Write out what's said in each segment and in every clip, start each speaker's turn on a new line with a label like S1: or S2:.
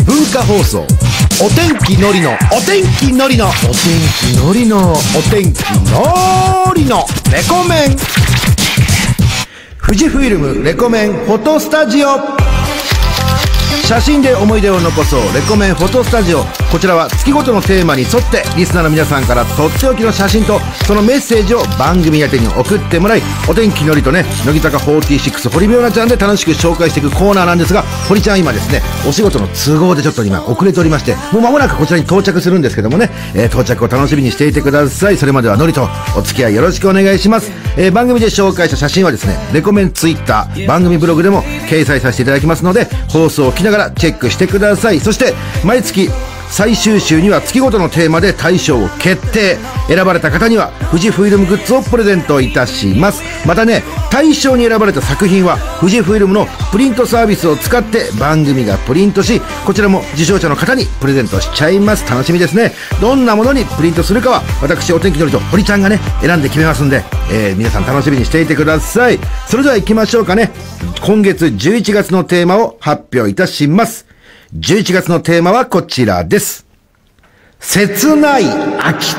S1: 文化放送お天気のりのお天気のりのお天気のりのお天気のりのレコメン、富士フイルムレコメンフォトスタジオ、写真で思い出を残そうレコメンフォトスタジオ。こちらは月ごとのテーマに沿ってリスナーの皆さんからとっておきの写真とそのメッセージを番組宛てに送ってもらい、お天気のりとね、乃木坂46堀美央奈ちゃんで楽しく紹介していくコーナーなんですが、堀ちゃん今ですね、お仕事の都合でちょっと今遅れておりまして、もう間もなくこちらに到着するんですけどもね、到着を楽しみにしていてください。それまではのりとお付き合いよろしくお願いします。番組で紹介した写真はですね、レコメンツイッター番組ブログでも掲載させていただきますので、放送を聞きながらチェックしてください。そして毎月最終週には月ごとのテーマで大賞を決定、選ばれた方には富士フイルムグッズをプレゼントいたします。またね、大賞に選ばれた作品は富士フイルムのプリントサービスを使って番組がプリントし、こちらも受賞者の方にプレゼントしちゃいます。楽しみですね。どんなものにプリントするかは私お天気のりと堀ちゃんがね選んで決めますんで、皆さん楽しみにしていてください。それでは行きましょうかね。今月11月のテーマを発表いたします。11月のテーマはこちらです。切ない秋。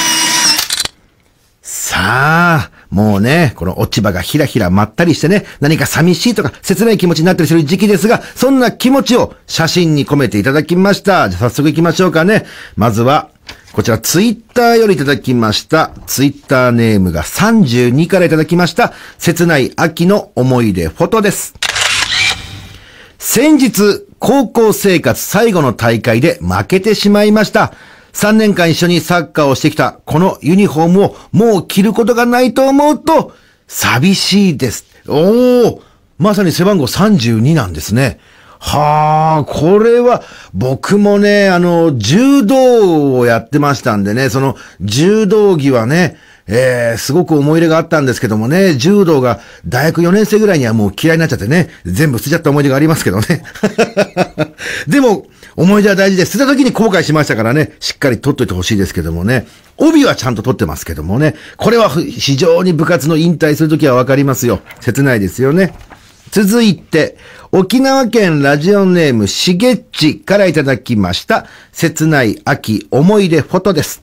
S1: さあ、もうね、この落ち葉がひらひらまったりしてね、何か寂しいとか切ない気持ちになったりする時期ですが、そんな気持ちを写真に込めていただきました。じゃあ早速行きましょうかね。まずは、こちらツイッターよりいただきました。ツイッターネームが32からいただきました。切ない秋の思い出フォトです。先日、高校生活最後の大会で負けてしまいました。3年間一緒にサッカーをしてきたこのユニフォームをもう着ることがないと思うと寂しいです。まさに背番号32なんですね。はあ、これは僕もね、柔道をやってましたんでね、その柔道着はね、すごく思い入れがあったんですけどもね、柔道が大学4年生ぐらいにはもう嫌いになっちゃってね、全部捨てちゃった思い出がありますけどね。でも、思い出は大事で、捨てた時に後悔しましたからね、しっかり取っといてほしいですけどもね。帯はちゃんと取ってますけどもね、これは非常に部活の引退する時はわかりますよ。切ないですよね。続いて、沖縄県ラジオネームしげっちからいただきました。切ない秋思い出フォトです。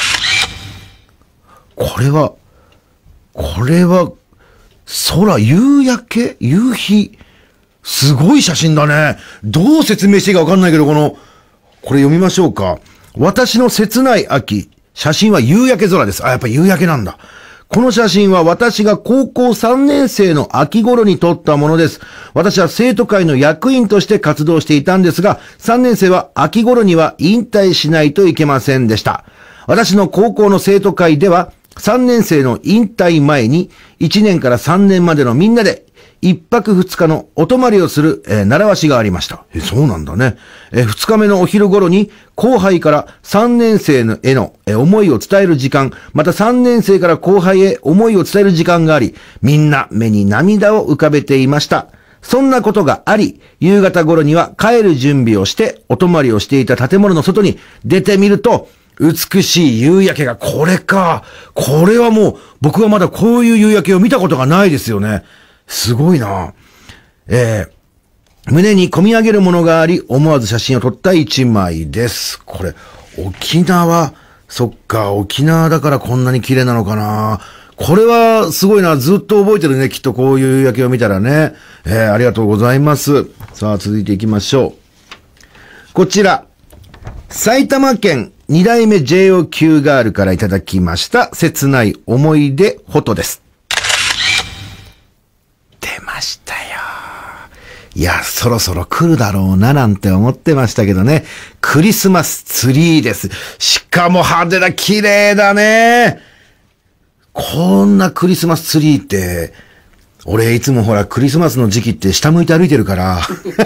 S1: これは、空、夕焼け夕日すごい写真だね。どう説明していいかわかんないけど、これ読みましょうか。私の切ない秋、写真は夕焼け空です。やっぱ夕焼けなんだ。この写真は私が高校3年生の秋頃に撮ったものです。私は生徒会の役員として活動していたんですが、3年生は秋頃には引退しないといけませんでした。私の高校の生徒会では、3年生の引退前に1年から3年までのみんなで1泊2日のお泊まりをする、習わしがありました。そうなんだね。2日目のお昼頃に後輩から3年生への、思いを伝える時間、また3年生から後輩へ思いを伝える時間があり、みんな目に涙を浮かべていました。そんなことがあり、夕方頃には帰る準備をしてお泊まりをしていた建物の外に出てみると、美しい夕焼けが、これか。これはもう、僕はまだこういう夕焼けを見たことがないですよね。すごいな。胸に込み上げるものがあり、思わず写真を撮った一枚です。これ、沖縄、そっか、沖縄だからこんなに綺麗なのかな。これはすごいな。ずっと覚えてるね。きっとこういう夕焼けを見たらね。ありがとうございます。さあ、続いていきましょう。こちら。埼玉県2代目 JO9 ガールからいただきました切ない思い出フォトです。出ましたよ。いや、そろそろ来るだろうななんて思ってましたけどね。クリスマスツリーです。しかも派手だ、綺麗だね。こんなクリスマスツリーって、俺いつもほらクリスマスの時期って下向いて歩いてるから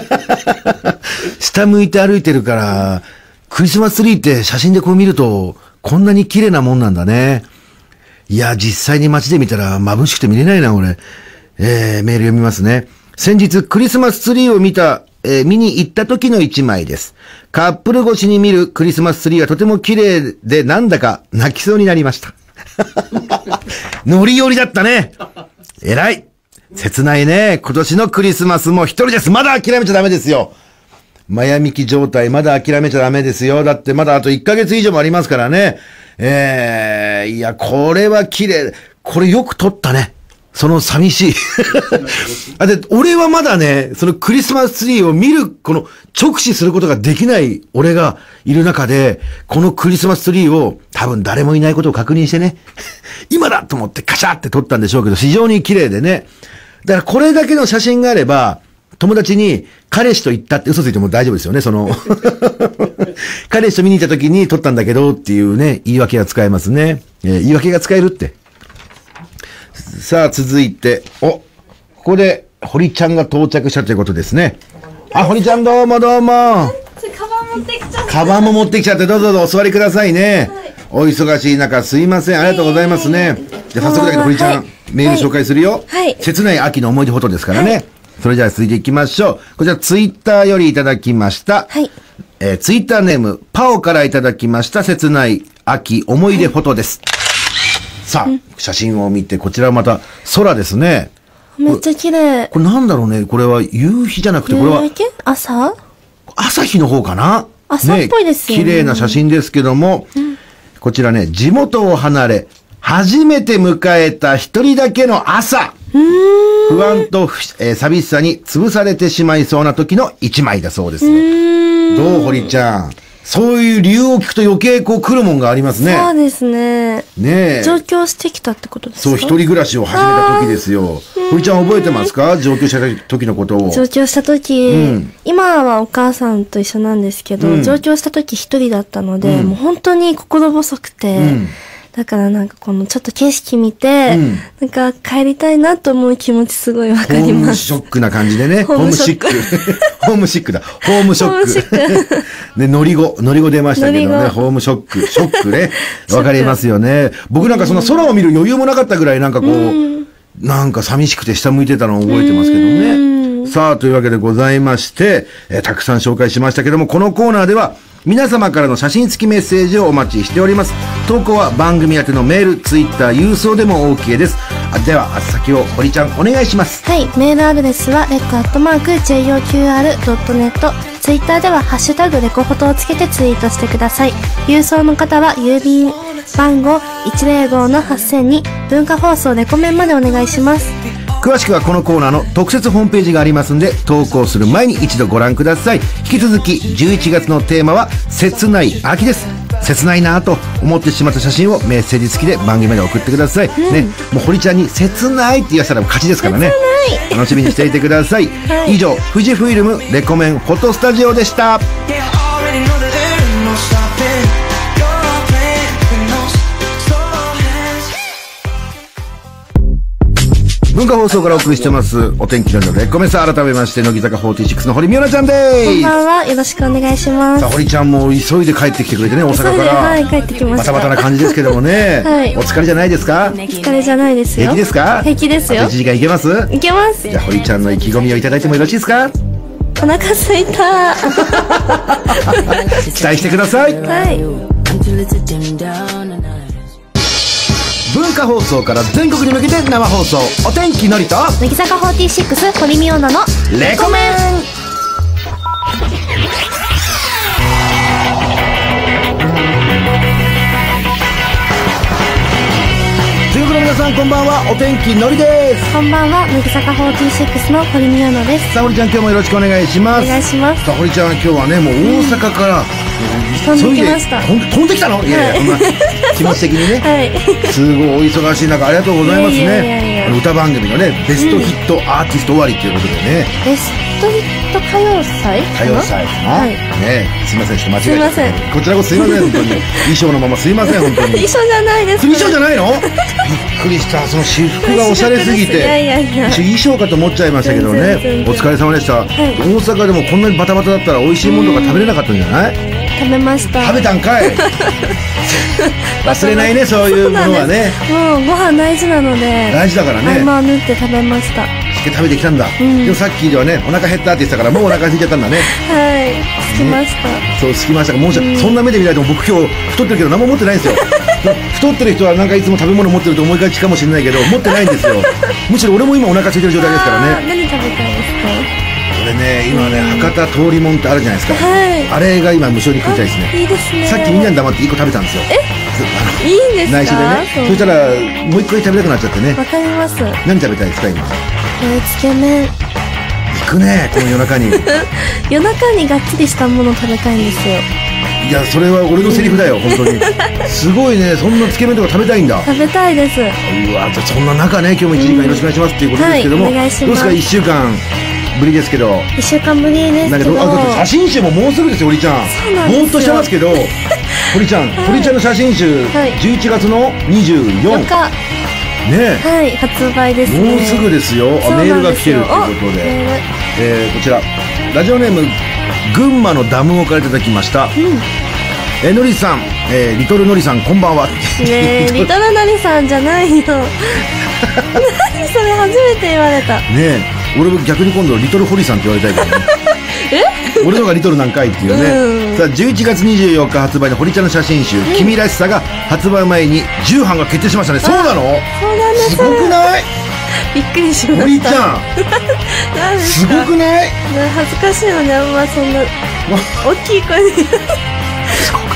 S1: 下向いて歩いてるからクリスマスツリーって写真でこう見るとこんなに綺麗なもんなんだね。いや実際に街で見たら眩しくて見れないな俺。メール読みますね。先日クリスマスツリーを見に行った時の一枚です。カップル越しに見るクリスマスツリーはとても綺麗でなんだか泣きそうになりましたノリ寄りだったね。偉い。切ないね。今年のクリスマスも一人です。まだ諦めちゃダメですよ。 マヤミキ状態、まだ諦めちゃダメですよ。だってまだあと1ヶ月以上もありますからね。いや、これは綺麗。これよく撮ったね。その寂しい。で、俺はまだね、そのクリスマスツリーを見る、この直視することができない俺がいる中で、このクリスマスツリーを多分誰もいないことを確認してね、今だと思ってカシャって撮ったんでしょうけど、非常に綺麗でね。だからこれだけの写真があれば、友達に彼氏と行ったって嘘ついても大丈夫ですよね、その。彼氏と見に行った時に撮ったんだけどっていうね、言い訳が使えますね。言い訳が使えるって。さあ、続いて、ここで、堀ちゃんが到着したということですね。あ、堀ちゃんどうもどうも。
S2: カバン持ってきちゃった。
S1: カバンも持ってきちゃって、どうぞどうぞお座りくださいね。はい、お忙しい中、すいません。ありがとうございますね。じゃあ早速だけど、堀ちゃん、メール紹介するよ。
S2: はい。
S1: 切ない秋の思い出フォトですからね。それじゃあ続いていきましょう。こちら、ツイッターよりいただきました。
S2: はい。
S1: ツイッターネーム、パオからいただきました、切ない秋思い出フォトです。さあ、写真を見て、こちらはまた空ですね。
S2: めっちゃ綺麗。
S1: これなんだろうね。これは夕日じゃなくて、これは朝日の方かな。
S2: 朝っぽいですよね。
S1: 綺麗な写真ですけども、こちらね、地元を離れ、初めて迎えた一人だけの朝。不安と、寂しさに潰されてしまいそうな時の一枚だそうですよ。どう、堀ちゃん。そういう理由を聞くと余計こう来るもんがありますね。
S2: そうですね。
S1: ねえ。
S2: 上京してきたってことですか？
S1: そう、一人暮らしを始めた時ですよ。堀ちゃん覚えてますか？上京した時のことを。
S2: 上京した時、今はお母さんと一緒なんですけど、上京した時一人だったので、もう本当に心細くて、だからなんかこのちょっと景色見て、なんか帰りたいなと思う気持ちすごいわかります。
S1: ホームショックな感じでね。ホームシック。ホームシックだ。ホームショック。ね、ノリ語出ましたけどね。ホームショック。ショックね。わかりますよね。僕なんかその空を見る余裕もなかったぐらいなんかこう、なんか寂しくて下向いてたのを覚えてますけどね。さあ、というわけでございまして、たくさん紹介しましたけども、このコーナーでは、皆様からの写真付きメッセージをお待ちしております。投稿は番組宛てのメール、ツイッター、郵送でも OK です。では、宛先を堀ちゃんお願いします。
S2: はい、メールアドレスはreco@joqr.net。ツイッターではハッシュタグレコフォトをつけてツイートしてください。郵送の方は郵便番号 105-8000 に文化放送レコメンまでお願いします。
S1: 詳しくはこのコーナーの特設ホームページがありますんで、投稿する前に一度ご覧ください。引き続き11月のテーマは切ない秋です。切ないなぁと思ってしまった写真をメッセージ付きで番組まで送ってください、ね。もう堀ちゃんに切ないって言わせたら勝ちですからね。楽しみにしていてください、以上、富士フイルムレコメンフォトスタジオでした。文化放送からお送りしてますお天気のレコメンさ。改めまして乃木坂46の堀美央奈ちゃんです。
S2: こんばんは、よろしくお願いします。
S1: さあ、堀ちゃんも急いで帰ってきてくれてね、大阪から。
S2: はい、帰ってきました。
S1: バタバタな感じですけどもね、はい、お疲れじゃないですか？
S2: お疲れじゃないですよ。
S1: 平気ですか？
S2: 平気ですよ。
S1: 1時間いけます？
S2: いけます。
S1: じゃあ堀ちゃんの意気込みをいただいてもよろしいですか？
S2: お腹すいた。
S1: 期待してください。
S2: はい。
S1: 文化放送から全国に向けて生放送、お天気のりと
S2: 乃木坂46堀美央奈の
S1: レコメン。全国の皆さんこんばんは、お天気のりです。
S2: こんばんは、乃木坂46の堀美央奈です。
S1: さあ堀ちゃん、今日もよろしくお願いします。
S2: お願いします。
S1: さあ堀ちゃん、今日はね、もう大阪から
S2: 飛んできました。
S1: 飛んできたの？いやいや、気持ち的にね、はい、すごいお忙しい中ありがとうございますね。歌番組のね、ベストヒットアーティスト終わりということでね、
S2: ベストヒット歌謡祭か
S1: な、ね、すいません、ちょっと間違えました。こちらこそすいません、本当に衣装のまますいません、本当に。
S2: 衣装じゃないです。
S1: 衣装じゃないの？びっくりした。その私服がおしゃれすぎて衣装かと思っちゃいましたけどね。お疲れ様でした。大阪でもこんなにバタバタだったら美味しいものとか食べれなかったんじゃない？
S2: 食べました。
S1: 食べたんかい。忘れないね、そういうものはね。
S2: もうご飯大事なので。
S1: 大事だからね。
S2: 合間を縫って食べました。
S1: 食べてきたんだ。でもさっきではね、お腹減ったって言ってたから、もうお腹空いちゃったんだね。
S2: はい、着きました。
S1: そう、着きましたが、もうそんな目で見られても僕今日太ってるけど何も持ってないんですよ。太ってる人はなんかいつも食べ物持ってると思いがちかもしれないけど、持ってないんですよ。むしろ俺も今お腹空いてる状態ですからね。
S2: 何食べたいですか？
S1: 俺れね、今ね、博多通りもんってあるじゃないですか。
S2: はい。
S1: あれが今無性に食いたいですね。
S2: いいですね。
S1: さっきみんなに黙って1個食べたんですよ。
S2: いいんですか？
S1: 内緒でね。そしたらもう1個食べたくなっちゃってね。
S2: わかります。
S1: 何食べたいですか今？
S2: つけ麺。
S1: 行くね、この夜中に。
S2: 夜中にがっつりしたもの食べたいんですよ。
S1: いや、それは俺のセリフだよ、本当に。すごいね、そんなつけ麺とか食べたいんだ。
S2: 食べたいです。
S1: うわ、じゃあそんな中ね、今日も1時間よろしくお願いしますっていうことですけども、
S2: はい、お願いします。
S1: どうですか、1週間ぶりですけど。
S2: 1週間ぶりですけど。
S1: だって写真集ももうすぐですよ、堀ちゃん。
S2: そうなんですよ。
S1: ぼーっとしてますけど、堀ちゃん、堀ちゃんの写真集、11月の24日。ね、
S2: はい、発売ですね。
S1: もうすぐですよ。メールが来てるということで、こちらラジオネーム群馬のダムオからいただきました。のりさん、リトルのりさん、こんばんは。
S2: ねえ、リトルのりさんじゃないよ。何それ、初めて言われた。
S1: ねえ、俺逆に今度リトルホリさんって言われたいからね。俺のがリトルなんかいっていうね。さあ、11月24日発売の堀ちゃんの写真集、君らしさが発売前に重版が決定しましたね。そうなの？
S2: そうなんです。
S1: すごくない？
S2: びっくりしました。
S1: 堀ちゃんすごくない？
S2: 恥ずかしいのであんまそんな大きい声で。
S1: すごくない？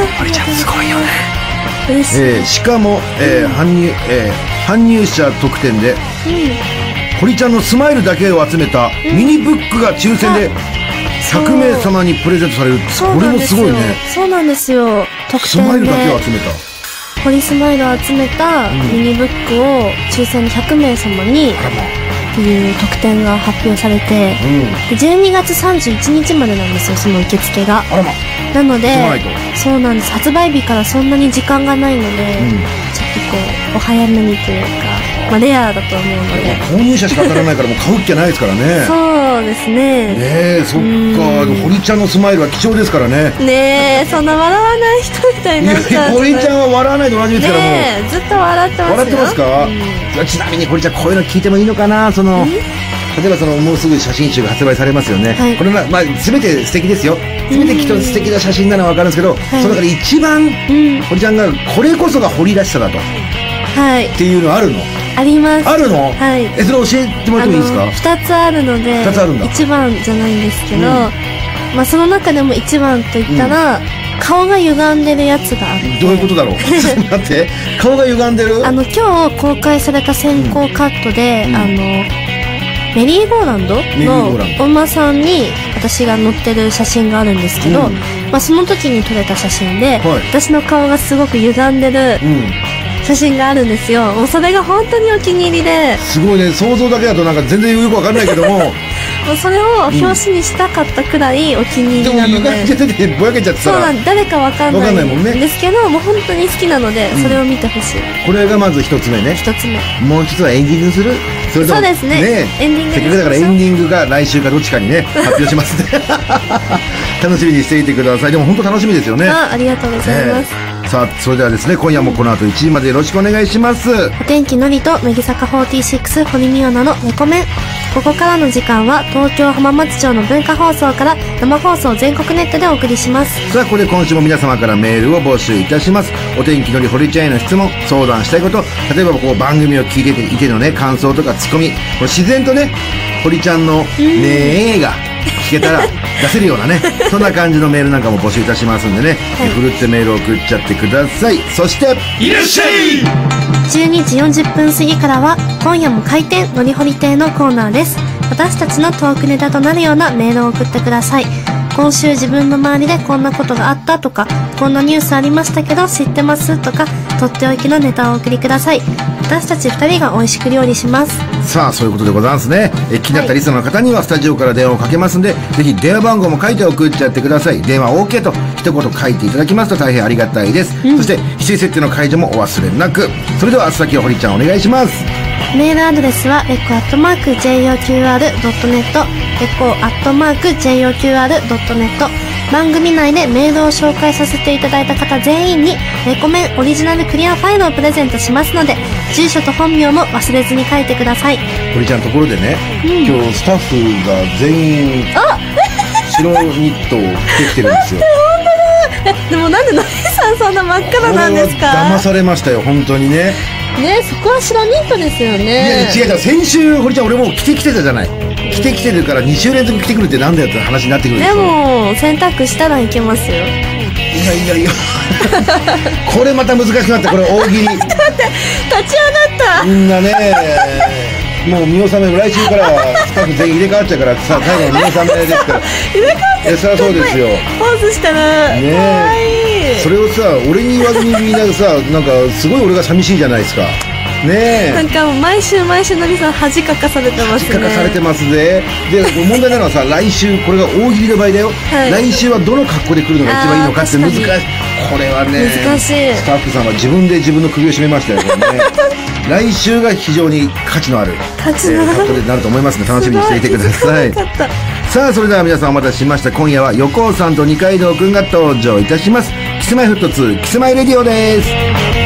S1: 堀ちゃんすごいよね。
S2: 嬉しい。
S1: しかも、搬入者特典で、堀ちゃんのスマイルだけを集めたミニブックが抽選で100名様にプレゼントされる。これもすごいね。
S2: そうなんですよ。特典で
S1: スマイルだけを集めた、
S2: 堀スマイルを集めたミニブックを抽選で100名様にっていう特典が発表されて、12月31日までなんですよ、その受付が。なので、そうなんです。発売日からそんなに時間がないので、ちょっとこうお早めにというか、レアだと思うので。
S1: 購入者しか当たらないからもう買うっきゃないですからね。
S2: そうですね。
S1: ねえ、そっか。堀ちゃんのスマイルは貴重ですからね。
S2: ねえ、そんな笑わない人みたいになっちゃう。
S1: 堀ちゃんは笑わないでおなじみですからもう。
S2: ねえ、ずっと笑ってますよ。
S1: 笑ってますか？ちなみに堀ちゃん、こういうの聞いてもいいのかな。例えばもうすぐ写真集が発売されますよね。これは全て素敵ですよ。全てきっと素敵な写真なのは分かるんですけど、その中で一番堀ちゃんがこれこそが堀らしさだとっていうのあるの？
S2: あります。
S1: あるの？
S2: はい。
S1: それ教えてもらってもいいですか？2
S2: つあるので、
S1: 2つあるんだ。
S2: 1番じゃないんですけど、その中でも1番といったら、顔が歪んでるやつがあって。
S1: どういうことだろう？ちょっと待って、顔が歪んでる？
S2: 今日公開された先行カットで、メリーゴーランドのお馬さんに私が乗ってる写真があるんですけど、その時に撮れた写真で、私の顔がすごく歪んでる写真があるんですよ。もうそれが本当にお気に入りで。
S1: すごいね。想像だけだとなんか全然よくわかんないけども
S2: もうそれを表紙にしたかったくらいお気に入りなので。
S1: でも歪んでてぼやけちゃってたら、
S2: そうなん、誰かわかんないんですけど、もう本当に好きなので、それを見てほしい。
S1: これがまず一つ目ね。
S2: 一つ目。
S1: もう一つはエンディングする？それとも
S2: そうですね。エンディング。
S1: せっかくだからエンディングが来週かどっちかにね発表しますね。楽しみにしていてください。でも本当楽しみですよね。
S2: ありがとうございます。
S1: さあ、それではですね、今夜もこの後1時までよろしくお願いします。
S2: お天気のりと乃木坂46堀美央奈のレコメン。ここからの時間は東京浜松町の文化放送から生放送全国ネットでお送りします。
S1: さあ、ここで今週も皆様からメールを募集いたします。お天気のり堀ちゃんへの質問、相談したいこと、例えば番組を聞いていてのね、感想とかツッコミ、自然とね、堀ちゃんのねえが聞けたら出せるようなね、そんな感じのメールなんかも募集いたしますんでね、ふるってメールを送っちゃってください。そしていらっしゃい。
S2: 12時40分過ぎからは今夜も開店のりほり亭のコーナーです。私たちのトークネタとなるようなメールを送ってください。今週自分の周りでこんなことがあったとか、こんなニュースありましたけど知ってますとか、とっておきのネタをお送りください。私たち2人が美味しく料理します。
S1: さあ、そういうことでございますね。気になったリスナーの方にはスタジオから電話をかけますんで、ぜひ電話番号も書いて送っちゃってください。電話 OK と一言書いていただきますと大変ありがたいです。そして指定設定の解除もお忘れなく。それでは先ほ堀ちゃんお願いします。
S2: メールアドレスはreco@joqr.net reco@joqr.net。 番組内でメールを紹介させていただいた方全員にレコメンオリジナルクリアファイルをプレゼントしますので、住所と本名も忘れずに書いてください。
S1: 堀ちゃん、ところでね、今日スタッフが全員白ニットを着てきてるんですよ。
S2: 本当だ。でもなんでのりさんそんな真っ赤なんですか？
S1: 騙されましたよ、本当にね。
S2: ね、そこは白ニットですよね。
S1: いや違う、先週堀ちゃん俺も着てきてたじゃない。着着てきてるから2週連続着てくるってなんだよって話になってくるんです
S2: で
S1: よ。
S2: も洗濯したらいけますよ。
S1: いやこれまた難しくなって、これ大喜利。
S2: 立ち上がった
S1: みんなね、もう見納め、来週からはスタッフ全員入れ替わっちゃうからさ、最後の見納めですから
S2: 入れ替わっちゃった。
S1: そりゃそうですよ。
S2: ポーズしたら
S1: ね
S2: かわいい。
S1: それをさ、俺に言わずにみんなさ、なんかすごい俺が寂しいじゃないですかね。
S2: なんかもう毎週のりさん恥かかされてますね。
S1: 恥かかされてますね。で問題なのはさ、来週これが大喜利の場合だよ、
S2: はい、
S1: 来週はどの格好で来るのが一番いいのかって難しい。これはね、
S2: 難しい。
S1: スタッフさんは自分で自分の首を絞めましたよこれね来週が非常に価値のある格好になると思いますので、楽しみにしていてください。さあ、それでは皆さんお待たせしました。今夜は横尾さんと二階堂くんが登場いたします。キスマイフット2キスマイレディオです。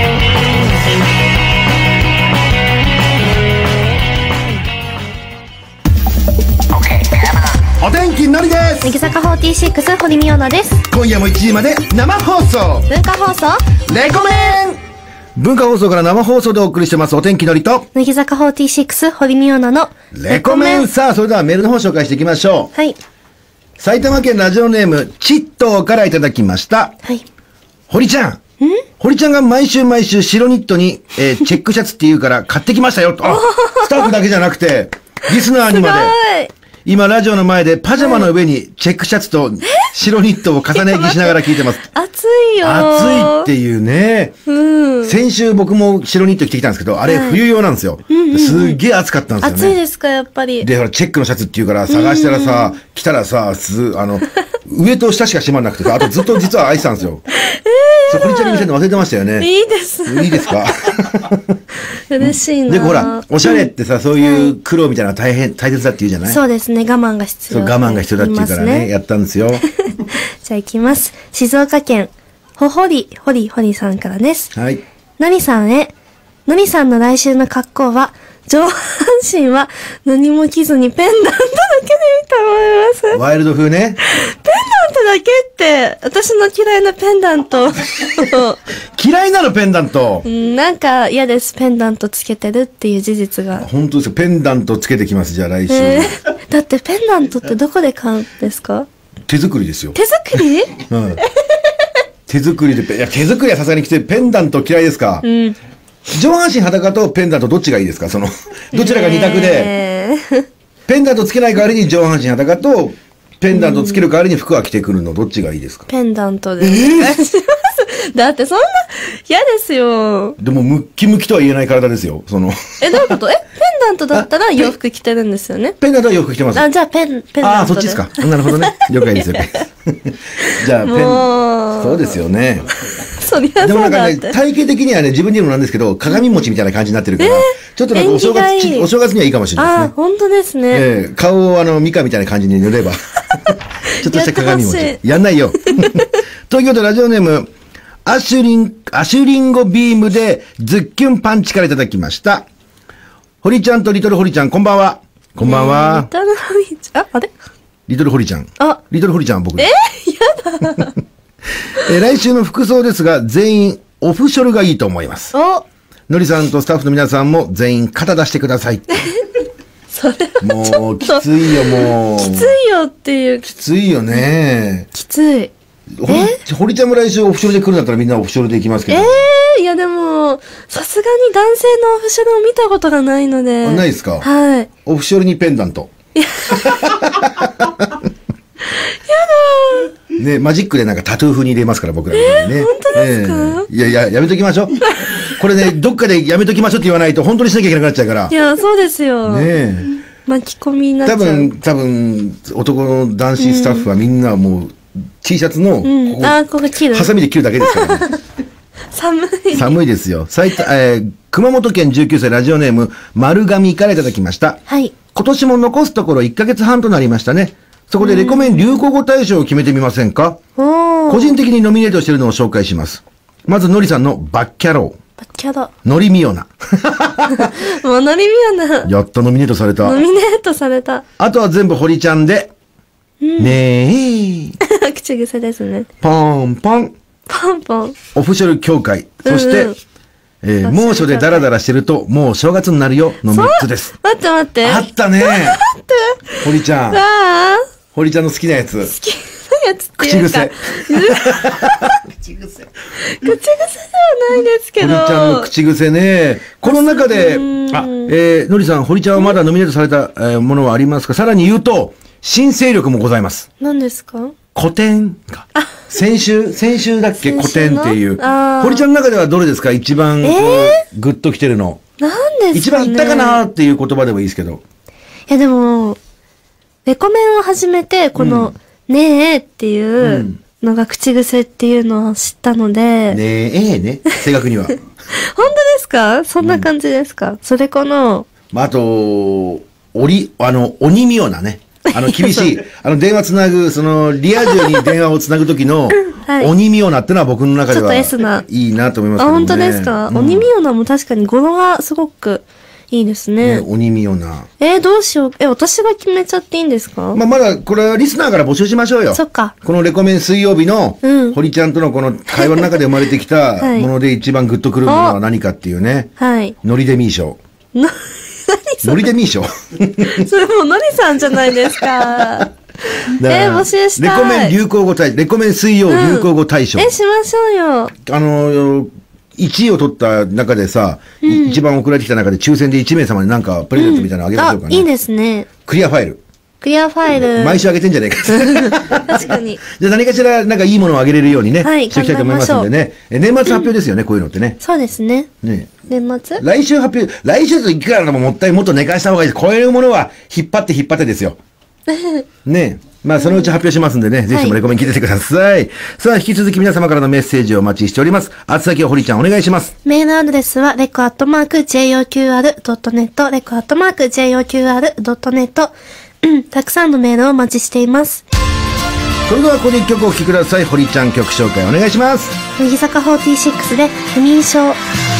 S1: お天気のりです。
S2: 乃木坂46堀美央奈です。
S1: 今夜も1時まで生放送、
S2: 文化放送
S1: レコメン。文化放送から生放送でお送りしてますお天気のりと
S2: 乃木坂46堀美央奈の
S1: レコメン。さあ、それではメールの方紹介していきましょう。
S2: はい。
S1: 埼玉県ラジオネームチットーからいただきました。
S2: はい。
S1: 堀ちゃん。堀ちゃんが毎週白ニットに、チェックシャツって言うから買ってきましたよと。スタッフだけじゃなくてリスナーにまで。今ラジオの前でパジャマの上にチェックシャツと白ニットを重ね着しながら聞いてます。
S2: 暑いよ。
S1: 暑いっていうね。先週僕も白ニット着てきたんですけど、あれ冬用なんですよ。すっげえ暑かったんですよね。
S2: 暑いですか、やっぱり。
S1: で、ほら、チェックのシャツっていうから探したらさ、着たらさ、上と下しか閉まんなくてさ、あとずっと実は開いてたんですよ。堀ちゃんに見せるの忘れてましたよね。
S2: いいです。
S1: いいですか
S2: 嬉しいな。
S1: で、ほら、おしゃれってさ、そういう苦労みたいなの大切だって言うじゃない？
S2: そうですね、我慢が必要。
S1: そう、我慢が必要だって言うからね、やったんですよ。
S2: じゃあ行きます。静岡県、ほりさんからです。
S1: はい。
S2: のりさんへ。のりさんの来週の格好は、上半身は何も着ずにペンダントだけでいいと思います。
S1: ワイルド風ね。
S2: ペンダントだけって、私の嫌いなペンダント。
S1: 嫌いなのペンダント。
S2: なんか嫌です、ペンダントつけてるっていう事実が。
S1: 本当ですよ。ペンダントつけてきます、じゃあ来週。
S2: だってペンダントってどこで買うんですか？
S1: 手作りですよ。
S2: 手作り？
S1: うん。手作りで、いや、手作りはさすがに着て、ペンダント嫌いですか？上半身裸とペンダントどっちがいいですか？どちらか二択で、ペンダントつけない代わりに上半身裸と、ペンダントつける代わりに服は着てくるの、どっちがいいですか？
S2: ペンダントでお願いします。だってそんな、嫌ですよ。
S1: でも、ムッキムキとは言えない体ですよ、
S2: どういうこと？ペンダントだったら洋服着てるんですよね。
S1: ペンダントは洋服着てます。
S2: じゃあペンダントで。
S1: そっちですか。なるほどね。了解ですよ。じゃあ、そうですよね。
S2: そりゃそうだって。
S1: でも体型的にはね、自分で言うのなんですけど、鏡餅みたいな感じになってるから、ちょっとなんかお正月にはいいかもしれないですね。
S2: 本当ですね。
S1: 顔をミカみたいな感じに塗れば。ちょっとした鏡餅。やんないよ。東京都ラジオネーム、アシュリンゴビームでズッキュンパンチからいただきました。堀ちゃんとリトル堀ちゃん、こんばんは。こんばんは。
S2: リトル堀ちゃん、あれ？
S1: リトル堀ちゃん。リトル堀ちゃんは僕。
S2: やだ。
S1: 来週の服装ですが、全員オフショルがいいと思います。のりさんとスタッフの皆さんも全員肩出してください。
S2: それは
S1: もうきついよ、もう。
S2: きついよっていう。
S1: きついよね。
S2: きつい。
S1: 堀ちゃんも来週オフショルで来るんだったらみんなオフショルで行きますけど。
S2: いやでも、さすがに男性のオフショルを見たことがないので。
S1: ないですか？
S2: はい。
S1: オフショルにペンダント。
S2: やだ
S1: ね、マジックでなんかタトゥー風に入れますから、僕らね。
S2: 本当ですか？
S1: いや、やめときましょう。これね、どっかでやめときましょうって言わないと本当にしなきゃいけなくなっちゃうから。
S2: いや、そうですよ。
S1: ね
S2: 巻き込みになっちゃう。
S1: 多分、男の男子スタッフはみんなもう、T シャツの、
S2: ここ切る。
S1: ハサミで切るだけですからね。寒いですよ。熊本県19歳ラジオネーム、丸髪からいただきました。
S2: はい。
S1: 今年も残すところ1ヶ月半となりましたね。そこでレコメン流行語大賞を決めてみませんか？個人的にノミネートしているのを紹介します。まず、のりさんのバッキャロー。
S2: バッキャロー。
S1: のりみよな。
S2: もうのりみよな。
S1: やった、ノミネートされた。
S2: ノミネートされた。
S1: あとは全部堀ちゃんで。ねえ。
S2: 口癖ですね。
S1: ポンポン。
S2: ポンポン。
S1: オフィシャル協会。そして、 猛暑でダラダラしてると、もう正月になるよの3つです。
S2: 待って待って。
S1: あったね。堀ちゃん。堀ちゃんの好きなやつ。
S2: 好きなやつっていうか。口癖ではないですけど。
S1: 堀ちゃんの口癖ね。この中で、のりさん、堀ちゃんはまだノミネートされたものはありますか？さらに言うと、新勢力もございます。
S2: 何ですか？
S1: 古典か。先週だっけ？古典っていう。堀ちゃんの中ではどれですか？一番、グッと来てるの。
S2: 何ですかね？
S1: 一番言ったかなっていう言葉でもいいですけど。
S2: いやでも、レコメンを始めて、この、ねえっていうのが口癖っていうのを知ったので。
S1: ねえね。正確には。
S2: 本当ですか？そんな感じですか？それかな？
S1: あと、鬼妙なね。厳しい、電話つなぐ、リア充に電話をつなぐときの、鬼妙なってのは僕の中では、いいなと思いますけどね。
S2: あ、本当ですか？鬼妙なも確かに語呂がすごくいいですね。
S1: 鬼妙な。
S2: どうしよう。私が決めちゃっていいんですか？
S1: まだ、これはリスナーから募集しましょうよ。
S2: そっか。
S1: このレコメン水曜日の、堀ちゃんとのこの会話の中で生まれてきたもので一番グッとくるものは何かっていうね。
S2: はい。
S1: ノリデミー賞。ノリデミー賞。
S2: それもうノリさんじゃないですか。募集したい。
S1: レコメン流行語大賞。レコメン水曜流行語大賞。
S2: しましょうよ。
S1: 1位を取った中でさ、一番送られてきた中で抽選で1名様になんかプレゼントみたいなのあげましょうかね。
S2: いいですね。
S1: クリアファイル。
S2: クリアファイル。
S1: 毎週あげてんじゃねえか。
S2: 確かに。
S1: じゃあ何かしらなんかいいものをあげれるようにね。
S2: はい、
S1: していきたいと思いますんでね。年末発表ですよね、こういうのってね。
S2: そうですね。
S1: ね。
S2: 年末？
S1: 来週発表、来週といくらでももっと寝かした方がいいです。こういうものは引っ張ってですよ。ね。そのうち発表しますんでね、ぜひともレコメン聞いててください。さあ、引き続き皆様からのメッセージをお待ちしております。宛先を堀ちゃんお願いします。
S2: メールアドレスは、reco@joqr.net、reco@joqr.net。たくさんのメールをお待ちしています。
S1: それではここで一曲お聴きください。堀ちゃん曲紹介お願いします。
S2: 乃木坂46で不眠症。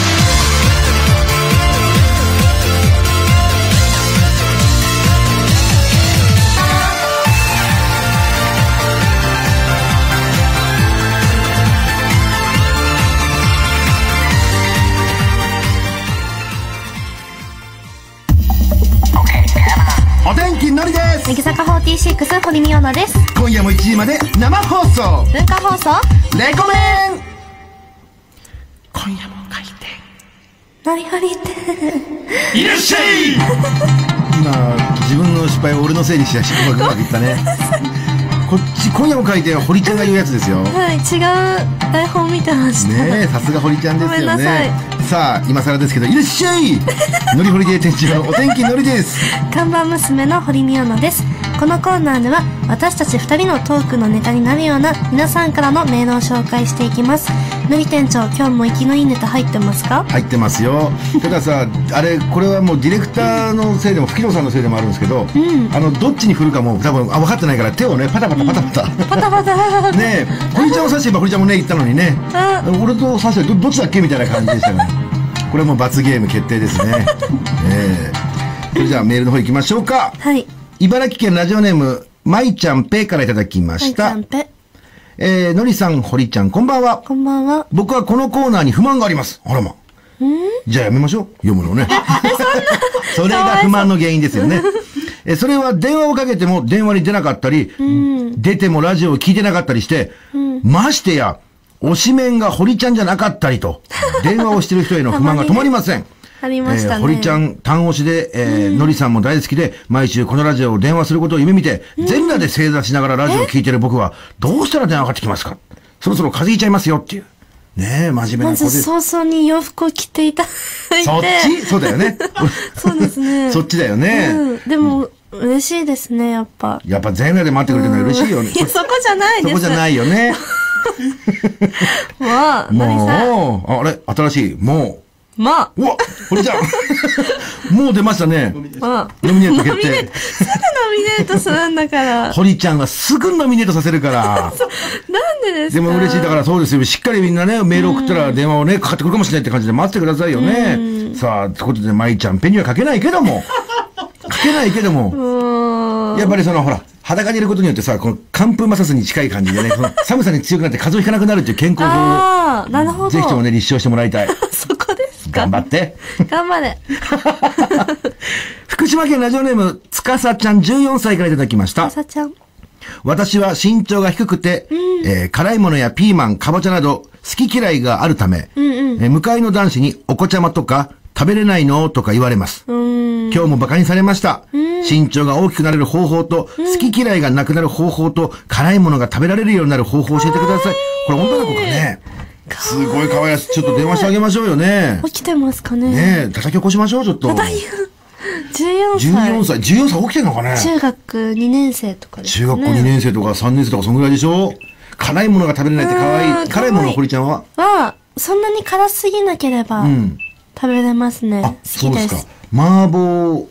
S1: お天気のりです。
S2: 乃木坂46堀美央奈です。
S1: 今夜も1時まで生放送。
S2: 文化放送
S1: レコメン。今夜も書いて。
S2: のりほりって。
S1: いらっしゃい。今自分の失敗を俺のせいにしやしうまくいったね。こっち今夜も書いて堀ちゃんが言うやつですよ。
S2: はい、違う台本見てました。
S1: ねえ、さすが堀ちゃんですよね。
S2: ごめんなさい。
S1: さあ今更ですけどいらっしゃい。のりほりで店長のお天気のりです。
S2: 看板娘の堀美央奈です。このコーナーでは私たち2人のトークのネタになるような皆さんからのメールを紹介していきます。のり店長、今日も生きのいいネタ入ってますか？
S1: 入ってますよ。たださ、これはもうディレクターのせいでも吹野さんのせいでもあるんですけど、どっちに振るかも多分分かってないから手をねパタパタねえ、堀ちゃんを指してば堀ちゃんもね言ったのにね、俺と指してどっちだっけみたいな感じでしたよね。これはもう罰ゲーム決定ですね。それじゃあメールの方行きましょうか。
S2: はい。
S1: 茨城県ラジオネームまいちゃんぺからいただきました。
S2: まいちゃんぺ。
S1: のりさん、堀ちゃん、こんばんは。
S2: こんばんは。
S1: 僕はこのコーナーに不満があります。あらま。じゃあやめましょう。読むのね。それが不満の原因ですよね。それは電話をかけても電話に出なかったり、出てもラジオを聞いてなかったりして、ましてや、推しメンが堀ちゃんじゃなかったりと、電話をしてる人への不満が止まりません。
S2: ありましたね。
S1: 堀ちゃん、単推しで、のりさんも大好きで、毎週このラジオを電話することを夢見て、全裸で正座しながらラジオを聞いてる僕は、どうしたら電話かかってきますか？そろそろ風邪ひいちゃいますよっていう。ねえ、真面目なことです。
S2: まず早々に洋服を着ていただいて。
S1: そっち？そうだよね。
S2: そうですね。
S1: そっちだよね。
S2: でも、嬉しいですね、やっぱ。
S1: やっぱ全裸で待ってくれてるのは嬉しいよね。
S2: いや、そこじゃないです。
S1: そこじゃないよね。
S2: もう、
S1: あれ新しい、もう。うわ、堀ちゃん。もう出ましたね。ノミネート決定。
S2: すぐノミネートするんだから。
S1: 堀ちゃんはすぐノミネートさせるから。
S2: なんでですか？
S1: でも嬉しい。だからそうですよ。しっかりみんなね、メール送ったら電話をね、かかってくるかもしれないって感じで待ってくださいよね。さあ、ということで、舞ちゃん、ペンには書けないけども。やっぱりほら、裸にいることによってさ、この寒風摩擦に近い感じでね、その寒さに強くなって風邪をひかなくなるっていう健康法を、
S2: なるほど。
S1: ぜひともね、立証してもらいたい。
S2: そこですか。
S1: 頑張って。
S2: 頑張れ。
S1: 福島県ラジオネーム、つかさちゃん14歳からいただきました。
S2: つかさちゃん。
S1: 私は身長が低くて、辛いものやピーマン、かぼちゃなど好き嫌いがあるため、向かいの男子にお子ちゃまとか食べれないのとか言われます。今日も馬鹿にされました。身長が大きくなれる方法と、好き嫌いがなくなる方法と、辛いものが食べられるようになる方法を教えてください。これ女の子がね、すごい可愛い。ちょっと電話してあげましょうよね。
S2: 起きてますかね。
S1: ねえ、叩き起こしましょう、ちょっと。
S2: 14歳。
S1: 14歳起きてんのかね。
S2: 中学2年生とかですね。
S1: 中学校2年生とか3年生とかそんぐらいでしょ。辛いものが食べれないって可愛い。辛いものは堀ちゃんは
S2: そんなに辛すぎなければ、食べれますね。好きです。
S1: そうですか。麻婆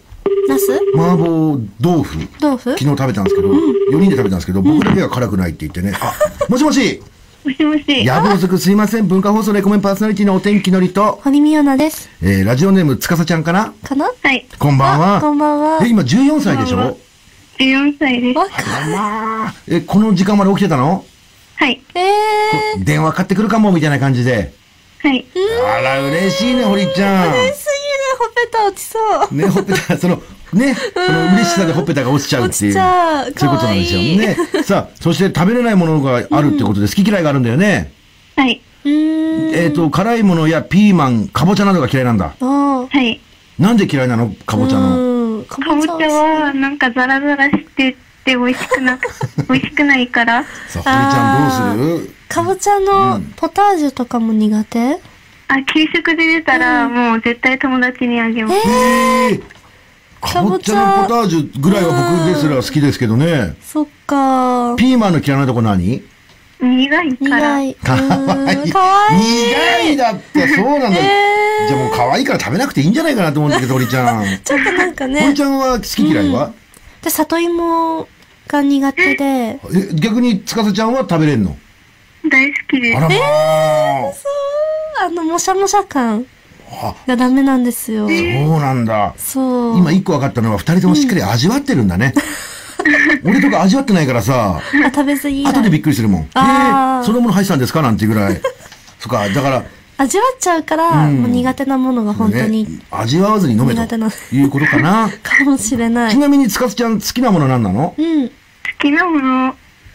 S1: 豆腐昨日食べたんですけど、4人で食べたんですけど、僕だけは辛くないって言ってね。もしもし。
S3: もしもし。
S1: 夜分遅くすいません。文化放送レコメンパーソナリティのお天気のりと、
S2: 堀美央奈です。
S1: ラジオネームつかさちゃんかな
S3: はい。
S1: こんばんは。
S2: こんばんは。
S1: 今14歳でしょ
S3: ?14 歳です。
S1: この時間まで起きてたの
S3: はい。
S1: 電話買ってくるかもみたいな感じで。
S3: はい。
S1: あら、嬉しいね、堀ちゃん。
S2: 嬉しすぎる、ほっぺた落ちそう。
S1: ね、ほっぺた、その嬉しさでほっぺたが落ちちゃうっていう。そういうことなんですよね。さあ、そして食べれないものがあるってことで、好き嫌いがあるんだよね。
S3: はい。
S1: 辛いものやピーマン、かぼちゃなどが嫌いなんだ。
S3: はい。
S1: なんで嫌いなのかぼちゃの。
S3: かぼちゃは、なんかザラザラしてて美味しくないから。
S1: さあ、堀ちゃんどうする？
S2: かぼちゃのポタージュとかも苦手？
S3: 給食で出たら、もう絶対友達にあげます。
S1: かぼちゃのポタージュぐらいは僕ですら好きですけどね。
S2: そっか。
S1: ピーマンの嫌いなとこ何？
S3: 苦いから。
S1: かわいい。苦いだって、そうなんだ。じゃあもう可愛いから食べなくていいんじゃないかなと思うんだけど、堀ちゃん。
S2: ちょっとなんかね。
S1: 堀ちゃんは好き嫌いは？
S2: で、里芋が苦手で。
S1: 逆につかさちゃんは食べれんの？
S3: 大好きです。
S1: あらま
S2: あ。そう。もしゃもしゃ感がダメなんですよ。
S1: そうなんだ。
S2: そう。
S1: 今一個分かったのは、二人ともしっかり味わってるんだね。俺とか味わってないからさ。
S2: 食べずに。
S1: 後でびっくりするもん。そのもの入ってたんですかなんていうぐらい。そっか、だから。
S2: 味わっちゃうから、もう苦手なものが本当に。
S1: 味わわずに飲めということかな。
S2: かもしれない。
S1: ちなみにつかすちゃん好きなもの何なの？
S3: 好きなもの。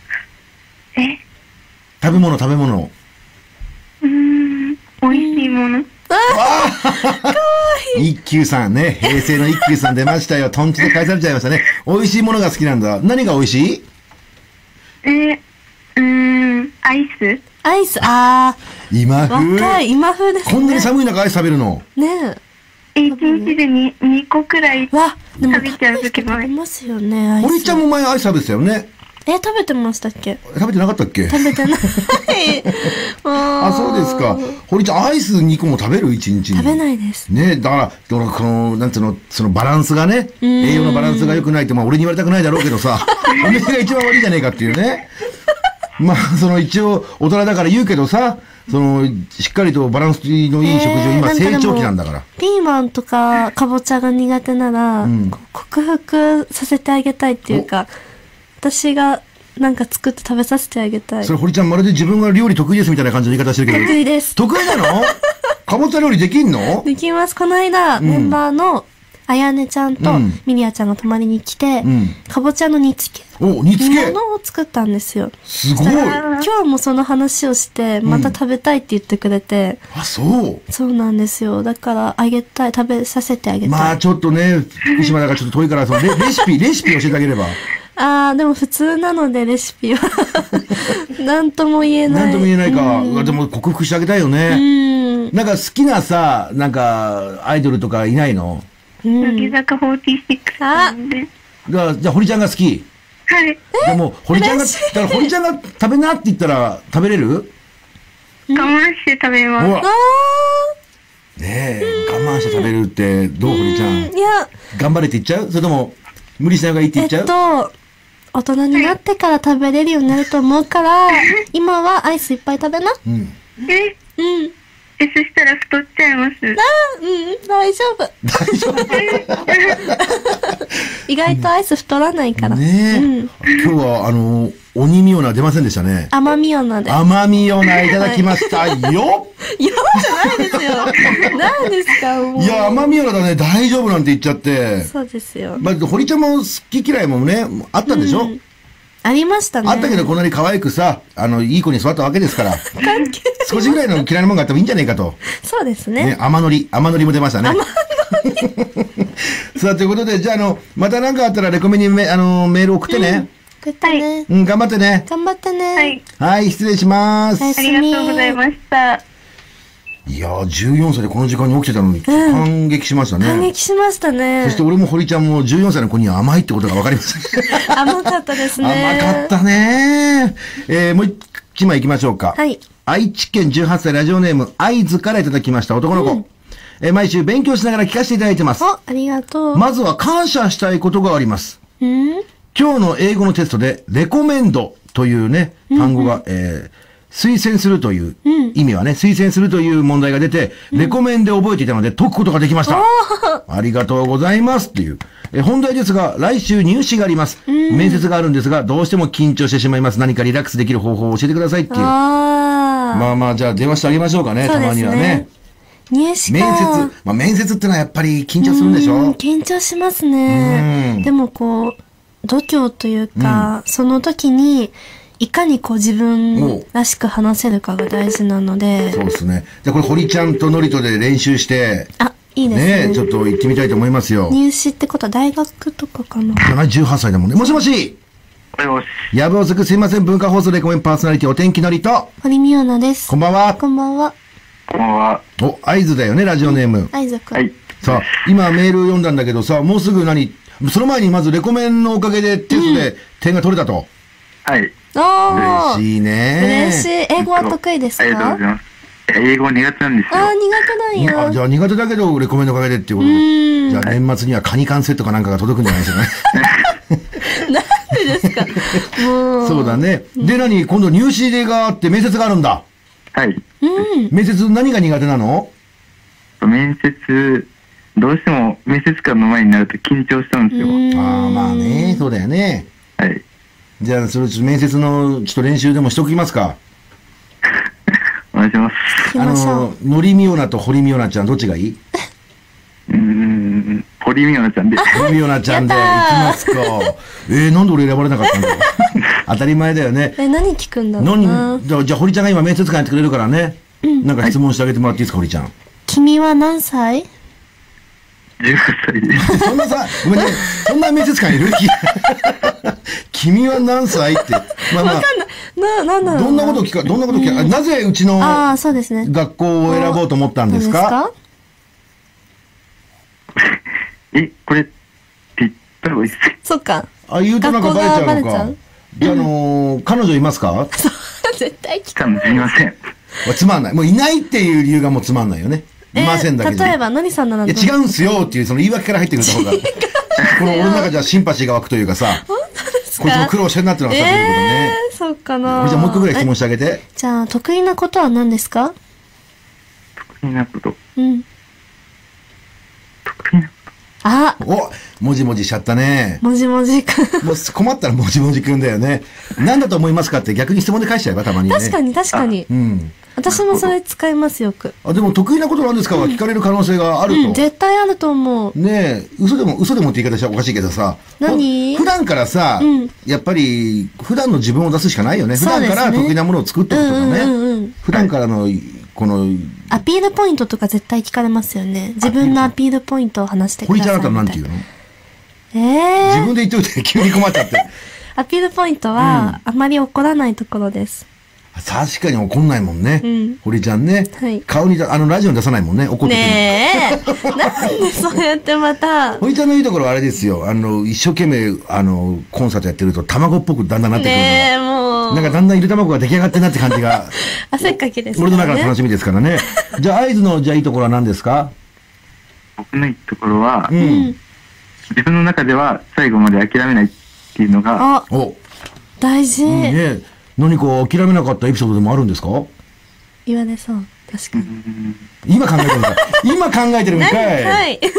S1: 食べ物。
S3: 美味しいもの。
S2: かわいい。
S1: 一休さんね。平成の一休さん出ましたよ。トンチで返されちゃいましたね。美味しいものが好きなんだ。何が美味しい？
S3: アイス。
S1: 今風。
S2: 若い、今風ですね。
S1: こんなに寒い中アイス食べるの？
S2: ね
S3: え。1日で2個くらい食べちゃう時もあり
S2: ますよね、アイス。
S1: 堀ちゃんも前アイス食べてたよね。
S2: 食べてましたっけ？
S1: 食べてなかったっけ？
S2: 食べてない。
S1: そうですか。堀ちゃん、アイス2個も食べる？1日に。
S2: 食べないです。
S1: ね、だから、この、なんていうの、そのバランスがね、栄養のバランスが良くないって、俺に言われたくないだろうけどさ、お店が一番悪いじゃねえかっていうね。一応、大人だから言うけどさ、しっかりとバランスのいい食事を今、成長期なんだから。
S2: ピーマンとか、かぼちゃが苦手なら、克服させてあげたいっていうか、私がなんか作って食べさせてあげたい。
S1: それ堀ちゃんまるで自分が料理得意ですみたいな感じの言い方してるけど。
S2: 得意です。
S1: 得意なの？かぼちゃ料理できんの？
S2: できます。この間、メンバーのあやねちゃんとミリアちゃんが泊まりに来て、かぼちゃの煮付け。
S1: 煮付け？
S2: 煮物を作ったんですよ。
S1: すごい。
S2: 今日もその話をして、また食べたいって言ってくれて。そうなんですよ。だからあげたい、食べさせてあげたい。
S1: ちょっとね、福島だからちょっと遠いから、レシピ教えてあげれば。
S2: でも普通なのでレシピはなんとも言えない。
S1: なんとも言えないか。でも克服してあげたいよね。なんか好きなさ、なんかアイドルとかいないの？
S3: 乃木坂46なんで。
S1: じゃあ堀ちゃんが好き？
S3: はい。
S1: でも堀ちゃんが食べなって言ったら食べれる？
S3: 我慢して食べます。
S1: ねえ、我慢して食べるってどう？堀ちゃん。
S2: いや。
S1: 頑張れって言っちゃう？それとも無理しない方がいいって言っちゃう？
S2: 大人になってから食べれるようになると思うから、今はアイスいっぱい食べな。
S3: そしたら太っちゃいます。
S2: 大丈夫。意外とアイス太らないから。
S1: ねえ。今日は鬼ミオナ出ませんでしたね。
S2: 奄美オナで。
S1: 奄美オナいただきましたよ。
S2: いや、じゃないですよ。何ですか、もう。
S1: いや、奄美オナだね、大丈夫なんて言っちゃって。
S2: そうですよ。
S1: まあ、堀ちゃんも好き嫌いもね、あったんでしょ、
S2: ありましたね。
S1: あったけど、こんなに可愛くさ、いい子に育ったわけですから。
S2: 関係
S1: 少しぐらいの嫌いなもんがあってもいいんじゃないかと。
S2: そうですね。
S1: ね、甘のりも出ましたね。さあ、ということで、じゃあ、また何かあったらレコメにメール送ってね。
S2: 送ってね。
S1: うん、頑張ってね。
S2: 頑張ってね。
S3: はい。
S1: はい、失礼します。
S3: ありがとうございました。
S1: いやー、14歳でこの時間に起きてたのに、感激しましたね。
S2: 感激しましたね。
S1: そして俺も堀ちゃんも14歳の子には甘いってことが分かりました。
S2: 甘かったですね。
S1: 甘かったね。もう一枚行きましょうか。
S2: はい。
S1: 愛知県18歳ラジオネーム、会津からいただきました男の子。毎週勉強しながら聞かせていただいてます。
S2: ありがとう。
S1: まずは感謝したいことがあります。今日の英語のテストで、レコメンドというね、単語が、推薦するという、意味はね、推薦するという問題が出て、レコメンで覚えていたので解くことができました。ありがとうございますっていう。本題ですが、来週入試があります。面接があるんですが、どうしても緊張してしまいます。何かリラックスできる方法を教えてくださいっていう。まあまあ、じゃあ電話してあげましょうかね、たまにはね。
S2: 入試か。
S1: 面接。まあ面接ってのはやっぱり緊張するんでしょ？
S2: 緊張しますね。でもこう、度胸というか、その時に、いかにこう自分らしく話せるかが大事なので。
S1: そうですね。じゃあこれ堀ちゃんとノリとで練習して、
S2: いいですね。
S1: ね、ちょっと行ってみたいと思いますよ。
S2: 入試ってことは大学とかかな。
S1: じゃない、18歳だもんね。もしもし。やぶおすくすいません。文化放送レコメンパーソナリティお天気のりと。
S2: 堀美央奈です。
S1: こんばんは。
S2: こんばんは。
S4: こんばんは。
S1: お、合図だよね、ラジオネーム。
S2: 合図くん。
S4: はい。
S1: さあ、今メール読んだんだけどさ、もうすぐその前にまずレコメンのおかげでテストで点が取れたと。
S4: はい。
S1: 嬉しいね。
S2: 嬉しい。英語は得意ですか？
S4: ありがとうございます。英語苦手なんですよ。
S2: 苦手なんや。
S1: じゃあ苦手だけどレコメンのおかげでっていうことで。じゃあ年末にはカニ缶セットかなんかが届くんじゃないですかね。
S2: なんでですか？もう。
S1: そうだね。で、今度入試があって面接があるんだ。
S4: はい。
S1: 面接何が苦手なの？
S4: 面接、どうしても面接官の前になると緊張しちゃうんですよ。
S1: まあね、そうだよね。
S4: はい。
S1: じゃあ、面接のちょっと練習でもしときますか。
S4: お願いします。
S1: のりみおなと堀みおなちゃんどっちがいい？
S4: 堀みおなちゃんで。
S1: 堀みおなちゃんで行きますか。なんで俺選ばれなかったんだろう。当たり前だよね。
S2: 何聞くんだろうな。
S1: じゃあ堀ちゃんが今面接官やってくれるからね。なんか質問してあげてもらっていいですか、堀ちゃん。
S2: 君は何歳
S4: ？18歳です。
S1: そんなさ、ごめんね、そんな面接官いる？君は何歳って。まあまあ。
S2: なんだろう。
S1: どんなこと聞か、なぜうちの学校を選ぼうと思ったんですか？
S4: これって言った方がいいですね。
S2: そっか。
S1: 言うとなんかバレちゃうのか。じゃあ、彼女いますか？
S2: 絶対聞
S4: かん。すみません。
S1: つまんない。もういないっていう理由がもうつまんないよね。いませんだけど。
S2: 例えば、何さんなら
S1: 違うんすよっていう、その言い訳から入ってくるところが。この俺の中じゃシンパシーが湧くというかさ。
S2: 本当ですか？
S1: こいつも苦労してるなっていうのがさせるけどね。
S2: そうかな。
S1: じゃあもう一個ぐらい質問してあげて。
S2: じゃあ、得意なことは何ですか？
S4: 得意なこと。
S2: 得意なこと。
S1: もじもじしちゃったね。
S2: もじもじくん。
S1: もう困ったらもじもじくんだよね。何だと思いますかって逆に質問で返しちゃえばたまにね。
S2: 確かに。私もそれ使いますよく。
S1: でも得意なことなんですかは聞かれる可能性があると。
S2: 絶対あると思う。
S1: ねえ、嘘でもって言い方したらおかしいけどさ。
S2: 何？
S1: 普段からさ、やっぱり普段の自分を出すしかないよね。普段から得意なものを作っておくとかね。普段からのこの
S2: アピールポイントとか絶対聞かれますよね。自分のアピールポイントを話してください。
S1: 堀ちゃんだったら何て言うの？自分で言っといて急に困っちゃって。
S2: アピールポイントは、あまり怒らないところです。
S1: 確かに怒んないもんね。堀ちゃんね。顔に、ラジオに出さないもんね。怒ってても。
S2: ねえ。なんでそうやってまた。
S1: 堀ちゃんのいいところはあれですよ。一生懸命、コンサートやってると卵っぽくだんだんなってくるの。
S2: ねえ、もう。
S1: なんかだんだんゆで卵が出来上がってなって感じが。
S2: 汗っかきですね。
S1: 俺の中の楽しみですからね。じゃあ、合図の、いいところは何ですか？
S4: 僕のいいところは、自分の中では最後まで諦めないっていうのが、
S2: 大事。
S1: 何か諦めなかったエピソードでもあるんですか？
S2: 岩根さん、確かに。
S1: 今考えてるんかい。今考えてるんかい。
S2: はい。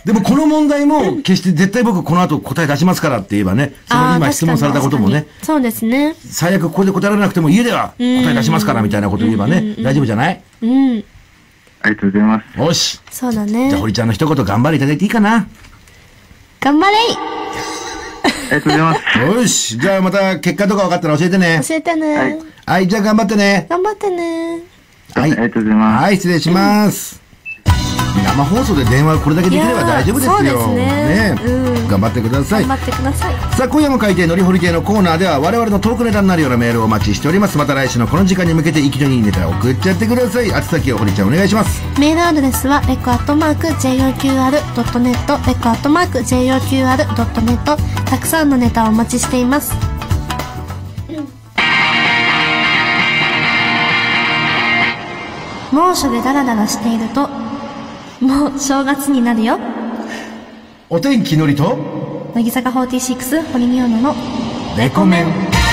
S1: でもこの問題も、決して絶対僕この後答え出しますからって言えばね、その今質問されたこともね、
S2: そうですね。
S1: 最悪ここで答えられなくても家では答え出しますからみたいなこと言えばね、大丈夫じゃない？
S2: うん。
S4: ありがとうございます。
S1: よし。
S2: そうだね。
S1: じゃあ、堀ちゃんの一言頑張れいただいていいかな？
S2: 頑張れい。
S4: ありがとうございます。
S1: よし。じゃあまた結果とか分かったら教えてね。
S2: 教えてね。
S1: はい、じゃあ頑張ってね。
S2: 頑張ってね。
S1: はい。
S4: ありがとうございます。
S1: はい、失礼します。生放送で電話これだけできれば大丈夫ですよ。
S2: そうですね。
S1: 頑張ってください。
S2: 頑張ってください。
S1: さあ、今夜も海底のりほり系のコーナーでは我々のトークネタになるようなメールをお待ちしております。また来週のこの時間に向けて息のいいネタを送っちゃってください。宛先を堀ちゃんお願いします。
S2: メールアドレスはreco@joqr.net reco@joqr.net たくさんのネタをお待ちしています。猛暑でダラダラしているともう正月になるよ。
S1: お天気のりと
S2: 乃木坂46堀美央奈の
S1: レコメン。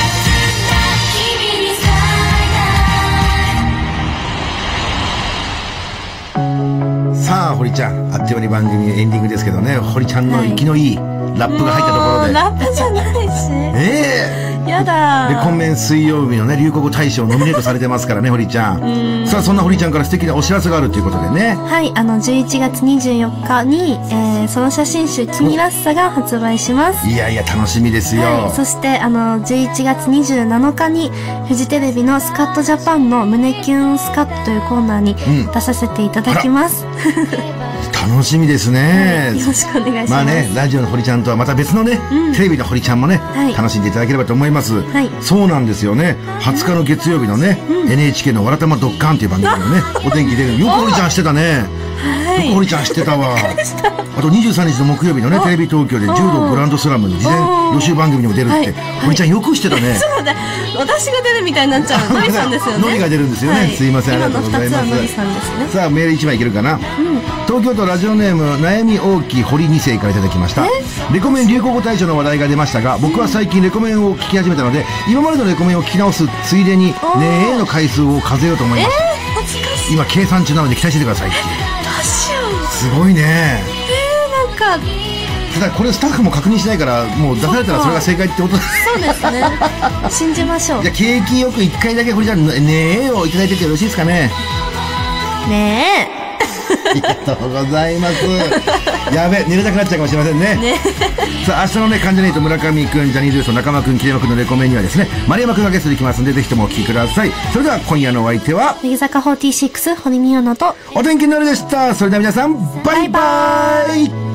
S1: さあ堀ちゃん、あっという間に番組エンディングですけどね、堀ちゃんの息のいいラップが入ったところで、
S2: ラップじゃないしやだ
S1: レコメン水曜日のね流行語大賞ノミネートされてますからね堀ちゃん。さあそんな堀ちゃんから素敵なお知らせがあるということでね。
S2: はい、11月24日に、その写真集君らしさが発売します。
S1: いやいや楽しみですよ。
S2: はい、そして11月27日にフジテレビのスカットジャパンの胸キュンスカットというコーナーに出させていただきます。
S1: 楽しみですね、
S2: はい、よろしくお願いします。
S1: まあね、ラジオの堀ちゃんとはまた別のね、テレビの堀ちゃんもね、楽しんでいただければと思います。
S2: はい、
S1: そうなんですよね。20日の月曜日のね、NHK のわらたまドッカンっていう番組のね、お天気出る。よく堀ちゃんしてたね。よく堀ちゃん知ってたわ。あと23日の木曜日のね、テレビ東京で柔道グランドスラムの事前予習番組にも出るって、堀ちゃんよく知ってたね。
S2: ちょっと待って、私が出るみたいになっちゃう。のりさんですよね。
S1: のりが出るんですよね。すいません、ありがとうございます。
S2: 今の2つはのりさんですね。
S1: さあ、メール1枚いけるかな。東京都ラジオネーム悩み大きい堀2世からいただきました。レコメン流行語大賞の話題が出ましたが、僕は最近レコメンを聞き始めたので、今までのレコメンを聞き直すついでにねえの回数を数えようと思います。今計算中なので期待しててくださいっていう。すごいね。
S2: なんか
S1: ただこれスタッフも確認しないからもう出されたらそれが正解ってことだ。
S2: そうですね。信じましょう。
S1: じゃあ景気よく1回だけ堀ちゃんねえをいただいててよろしいですかね。
S2: ねえ。
S1: ありがとうございます。やべ、寝れなくなっちゃうかもしれませんね。さあ、明日のね、関ジャニ∞村上くん、ジャニーズ WEST 中間くん、桐山くんのレコメンにはですね、丸山くんがゲストで来ますんで、ぜひともお聞きください。それでは今夜のお相手は、
S2: 乃木坂46、堀美央奈と、
S1: お天気になるでした。それでは皆さん、バイバイ。